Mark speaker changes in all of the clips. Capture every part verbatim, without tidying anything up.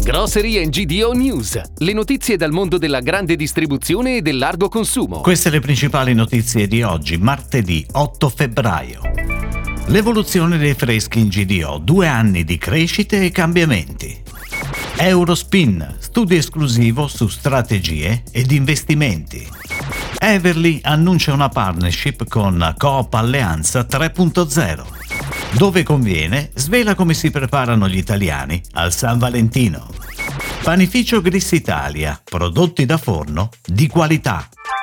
Speaker 1: Grocery and G D O News, le notizie dal mondo della grande distribuzione e del largo consumo.
Speaker 2: Queste le principali notizie di oggi, martedì otto febbraio. L'evoluzione dei freschi in G D O, due anni di crescite e cambiamenti. Eurospin, studio esclusivo su strategie ed investimenti. Everly annuncia una partnership con Coop Alleanza tre punto zero. Dove conviene, svela come si preparano gli italiani al San Valentino. Panificio Gris Italia, prodotti da forno di qualità.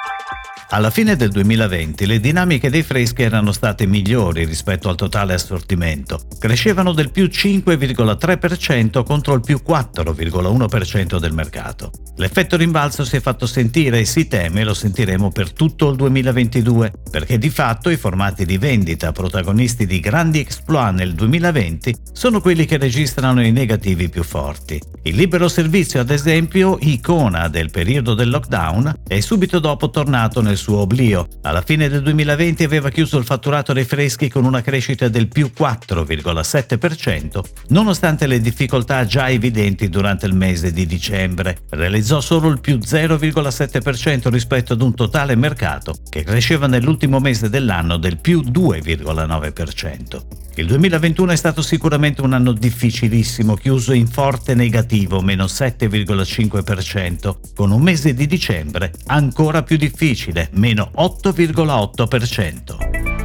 Speaker 2: Alla fine del duemilaventi le dinamiche dei freschi erano state migliori rispetto al totale assortimento. Crescevano del più cinque virgola tre per cento contro il più quattro virgola uno per cento del mercato. L'effetto rimbalzo si è fatto sentire e si teme lo sentiremo per tutto il duemilaventidue, perché di fatto i formati di vendita protagonisti di grandi exploit nel duemilaventi sono quelli che registrano i negativi più forti. Il libero servizio, ad esempio, icona del periodo del lockdown, è subito dopo tornato nel suo oblio. Alla fine del duemilaventi aveva chiuso il fatturato dei freschi con una crescita del più quattro virgola sette per cento, nonostante le difficoltà già evidenti durante il mese di dicembre. Realizzò solo il più zero virgola sette per cento rispetto ad un totale mercato che cresceva nell'ultimo mese dell'anno del più due virgola nove per cento. Il duemilaventuno è stato sicuramente un anno difficilissimo, chiuso in forte negativo, meno sette virgola cinque per cento, con un mese di dicembre ancora più difficile, meno otto virgola otto per cento.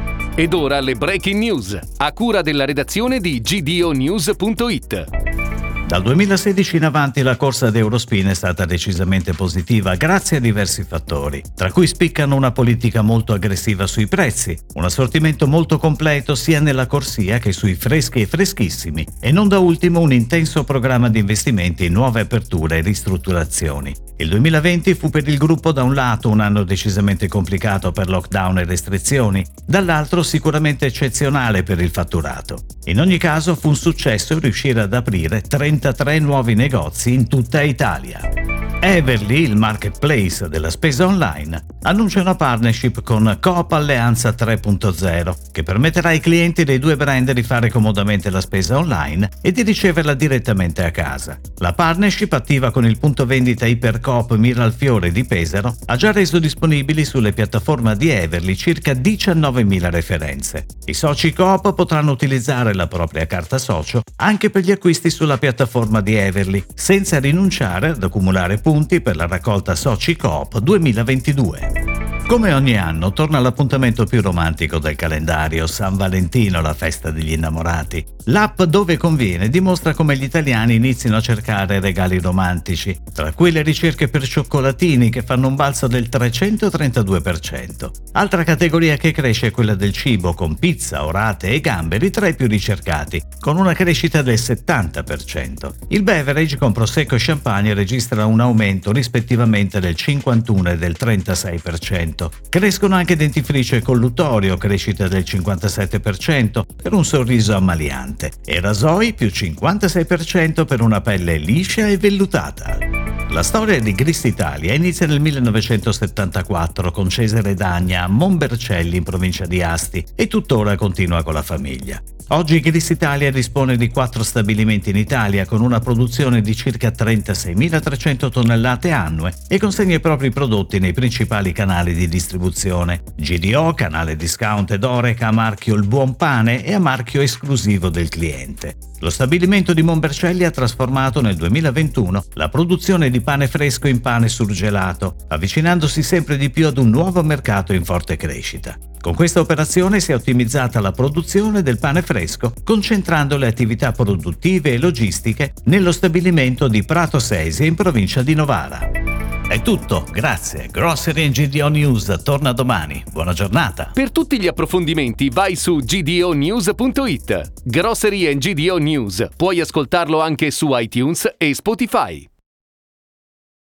Speaker 1: Ed ora le breaking news, a cura della redazione di G D O news punto it.
Speaker 2: Dal duemilasedici in avanti la corsa ad Eurospin è stata decisamente positiva grazie a diversi fattori, tra cui spiccano una politica molto aggressiva sui prezzi, un assortimento molto completo sia nella corsia che sui freschi e freschissimi e non da ultimo un intenso programma di investimenti in nuove aperture e ristrutturazioni. Il duemilaventi fu per il gruppo da un lato un anno decisamente complicato per lockdown e restrizioni, dall'altro sicuramente eccezionale per il fatturato. In ogni caso fu un successo riuscire ad aprire trentatré nuovi negozi in tutta Italia. Everly, il marketplace della spesa online, annuncia una partnership con Coop Alleanza tre punto zero che permetterà ai clienti dei due brand di fare comodamente la spesa online e di riceverla direttamente a casa. La partnership, attiva con il punto vendita Ipercoop Miralfiore di Pesaro, ha già reso disponibili sulle piattaforme di Everly circa diciannovemila referenze. I soci Coop potranno utilizzare la propria carta socio anche per gli acquisti sulla piattaforma di Everly, senza rinunciare ad accumulare punti punti per la raccolta Soci Coop duemilaventidue. Come ogni anno torna l'appuntamento più romantico del calendario, San Valentino, la festa degli innamorati. L'app Dove Conviene dimostra come gli italiani inizino a cercare regali romantici, tra cui le ricerche per cioccolatini che fanno un balzo del trecentotrentadue per cento. Altra categoria che cresce è quella del cibo, con pizza, orate e gamberi tra i più ricercati, con una crescita del settanta per cento. Il beverage con prosecco e champagne registra un aumento rispettivamente del cinquantuno e del trentasei per cento. Crescono anche dentifricio e colluttorio, crescita del cinquantasette per cento per un sorriso ammaliante, e rasoi più cinquantasei per cento per una pelle liscia e vellutata. La storia di Gris Italia inizia nel millenovecentosettantaquattro con Cesare Dagna a Monbercelli in provincia di Asti e tuttora continua con la famiglia. Oggi Gris Italia dispone di quattro stabilimenti in Italia con una produzione di circa trentaseimilatrecento tonnellate annue e consegna i propri prodotti nei principali canali di distribuzione: G D O, canale discount ed Oreca a marchio Il Buon Pane e a marchio esclusivo del cliente. Lo stabilimento di Monbercelli ha trasformato nel duemilaventuno la produzione di pane fresco in pane surgelato, avvicinandosi sempre di più ad un nuovo mercato in forte crescita. Con questa operazione si è ottimizzata la produzione del pane fresco, concentrando le attività produttive e logistiche nello stabilimento di Prato Sesia in provincia di Novara. È tutto, grazie. Grocery and G D O News torna domani. Buona giornata.
Speaker 1: Per tutti gli approfondimenti vai su G D O news punto it. Grocery and G D O News. Puoi ascoltarlo anche su iTunes e Spotify.